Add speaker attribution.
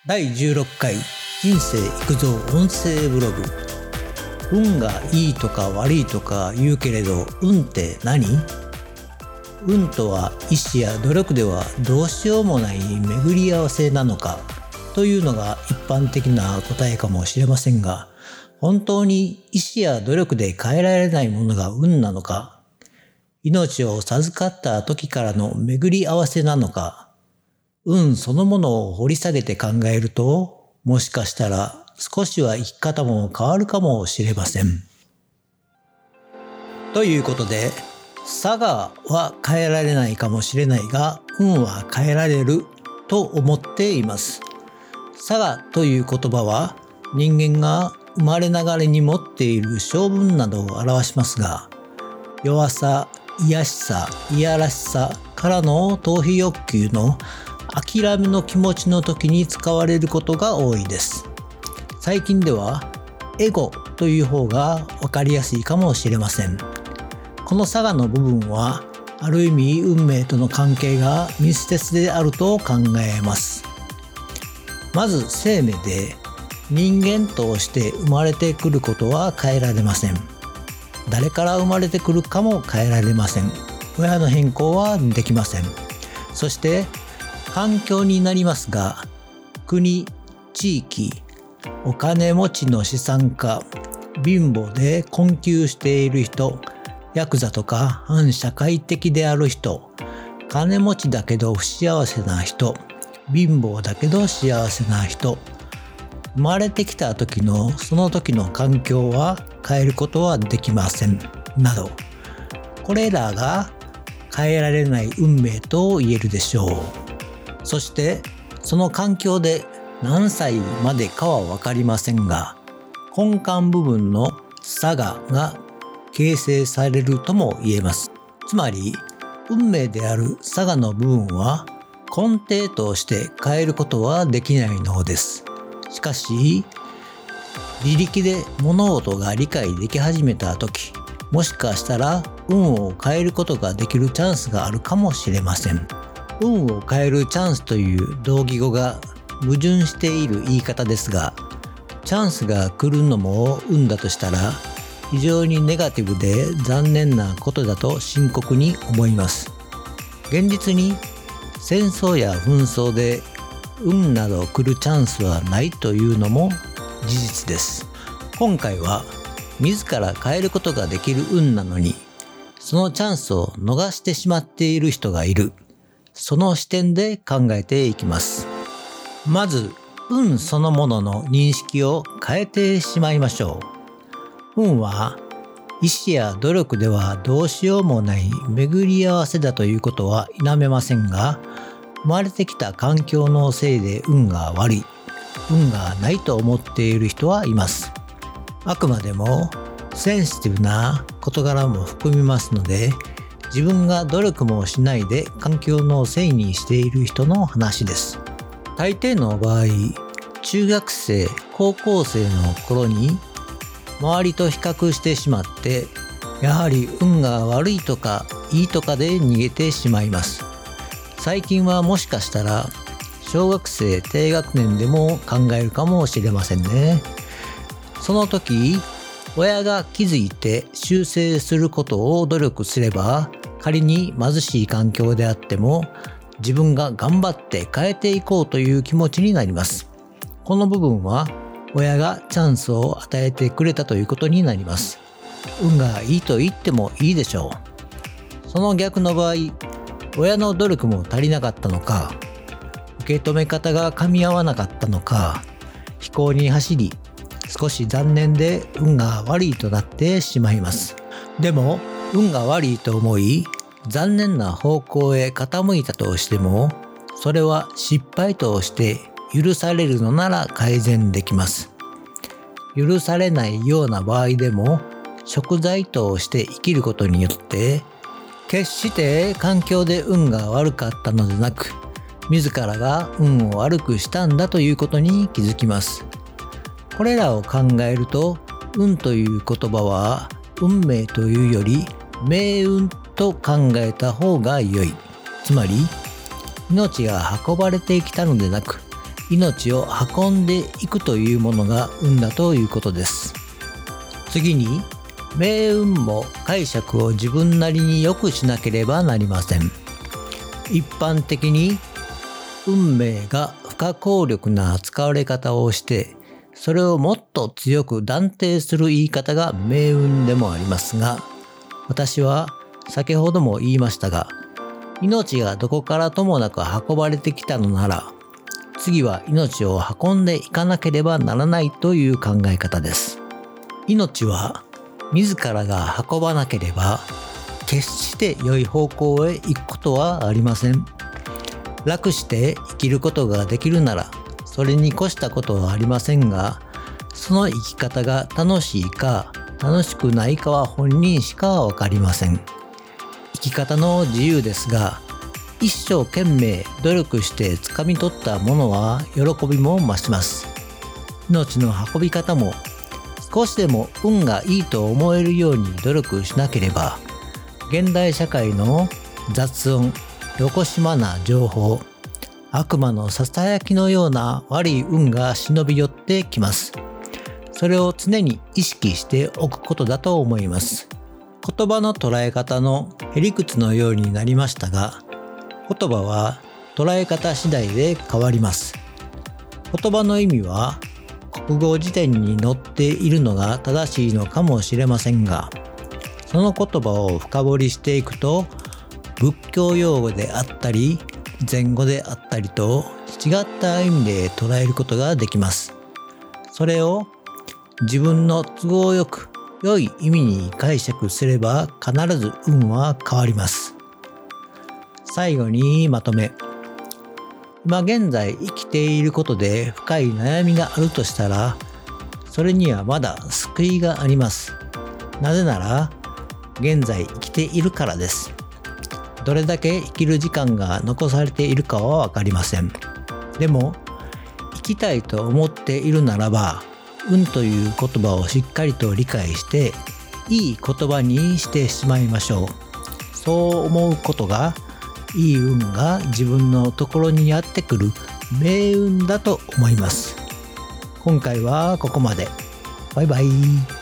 Speaker 1: 第16回人生育造音声ブログ。運がいいとか悪いとか言うけれど、運って何？運とは意志や努力ではどうしようもない巡り合わせなのかというのが一般的な答えかもしれませんが、本当に意志や努力で変えられないものが運なのか、命を授かった時からの巡り合わせなのか、運そのものを掘り下げて考えると、もしかしたら少しは生き方も変わるかもしれません。ということで、差がは変えられないかもしれないが、運は変えられると思っています。差がという言葉は、人間が生まれながらに持っている性分などを表しますが、弱さ、卑しさ、いやらしさからの逃避欲求の諦めの気持ちの時に使われることが多いです。最近ではエゴという方が分かりやすいかもしれません。この差がの部分はある意味運命との関係が密接であると考えます。まず生命で人間として生まれてくることは変えられません。誰から生まれてくるかも変えられません。親の変更はできません。そして環境になりますが、国、地域、お金持ちの資産家、貧乏で困窮している人、ヤクザとか反社会的である人、金持ちだけど不幸せな人、貧乏だけど幸せな人、生まれてきた時のその時の環境は変えることはできませんなど、これらが変えられない運命と言えるでしょう。そしてその環境で何歳までかは分かりませんが、根幹部分の差が形成されるとも言えます。つまり運命である差がの部分は根底として変えることはできないのです。しかし自力で物事が理解でき始めた時、もしかしたら運を変えることができるチャンスがあるかもしれません。運を変えるチャンスという同義語が矛盾している言い方ですが、チャンスが来るのも運だとしたら非常にネガティブで残念なことだと深刻に思います。現実に戦争や紛争で運など来るチャンスはないというのも事実です。今回は自ら変えることができる運なのに、そのチャンスを逃してしまっている人がいる。その視点で考えていきます。まず、運そのものの認識を変えてしまいましょう。運は意志や努力ではどうしようもない巡り合わせだということは否めませんが、生まれてきた環境のせいで運が悪い、運がないと思っている人はいます。あくまでもセンシティブな事柄も含みますので、自分が努力もしないで環境のせいにしている人の話です。大抵の場合、中学生、高校生の頃に周りと比較してしまって、やはり運が悪いとかいいとかで逃げてしまいます。最近はもしかしたら小学生低学年でも考えるかもしれませんね。その時、親が気づいて修正することを努力すれば、仮に貧しい環境であっても自分が頑張って変えていこうという気持ちになります。この部分は親がチャンスを与えてくれたということになります。運がいいと言ってもいいでしょう。その逆の場合、親の努力も足りなかったのか、受け止め方が噛み合わなかったのか、非行に走り、少し残念で運が悪いとなってしまいます。でも運が悪いと思い、残念な方向へ傾いたとしても、それは失敗として許されるのなら改善できます。許されないような場合でも、贖罪として生きることによって、決して環境で運が悪かったのでなく、自らが運を悪くしたんだということに気づきます。これらを考えると、運という言葉は運命というより命運と考えた方が良い。つまり命が運ばれてきたのでなく、 命を運んでいくというものが運だということです。次に、命運も解釈を自分なりに良くしなければなりません。一般的に運命が不可抗力な扱われ方をして、それをもっと強く断定する言い方が命運でもありますが、私は先ほども言いましたが、命がどこからともなく運ばれてきたのなら、次は命を運んでいかなければならないという考え方です。命は自らが運ばなければ決して良い方向へ行くことはありません。楽して生きることができるならそれに越したことはありませんが、その生き方が楽しいか楽しくないかは本人しかわかりません。生き方の自由ですが、一生懸命努力して掴み取ったものは喜びも増します。命の運び方も少しでも運がいいと思えるように努力しなければ、現代社会の雑音、よこしまな情報、悪魔のささやきのような悪い運が忍び寄ってきます。それを常に意識しておくことだと思います。言葉の捉え方のへりくつのようになりましたが、言葉は捉え方次第で変わります。言葉の意味は国語辞典に載っているのが正しいのかもしれませんが、その言葉を深掘りしていくと、仏教用語であったり禅語であったりと違った意味で捉えることができます。それを自分の都合よく良い意味に解釈すれば必ず運は変わります。最後にまとめ。今現在生きていることで深い悩みがあるとしたら、それにはまだ救いがあります。なぜなら現在生きているからです。どれだけ生きる時間が残されているかはわかりません。でも生きたいと思っているならば、運という言葉をしっかりと理解していい言葉にしてしまいましょう。そう思うことがいい運が自分のところにやってくる命運だと思います。今回はここまで。バイバイ。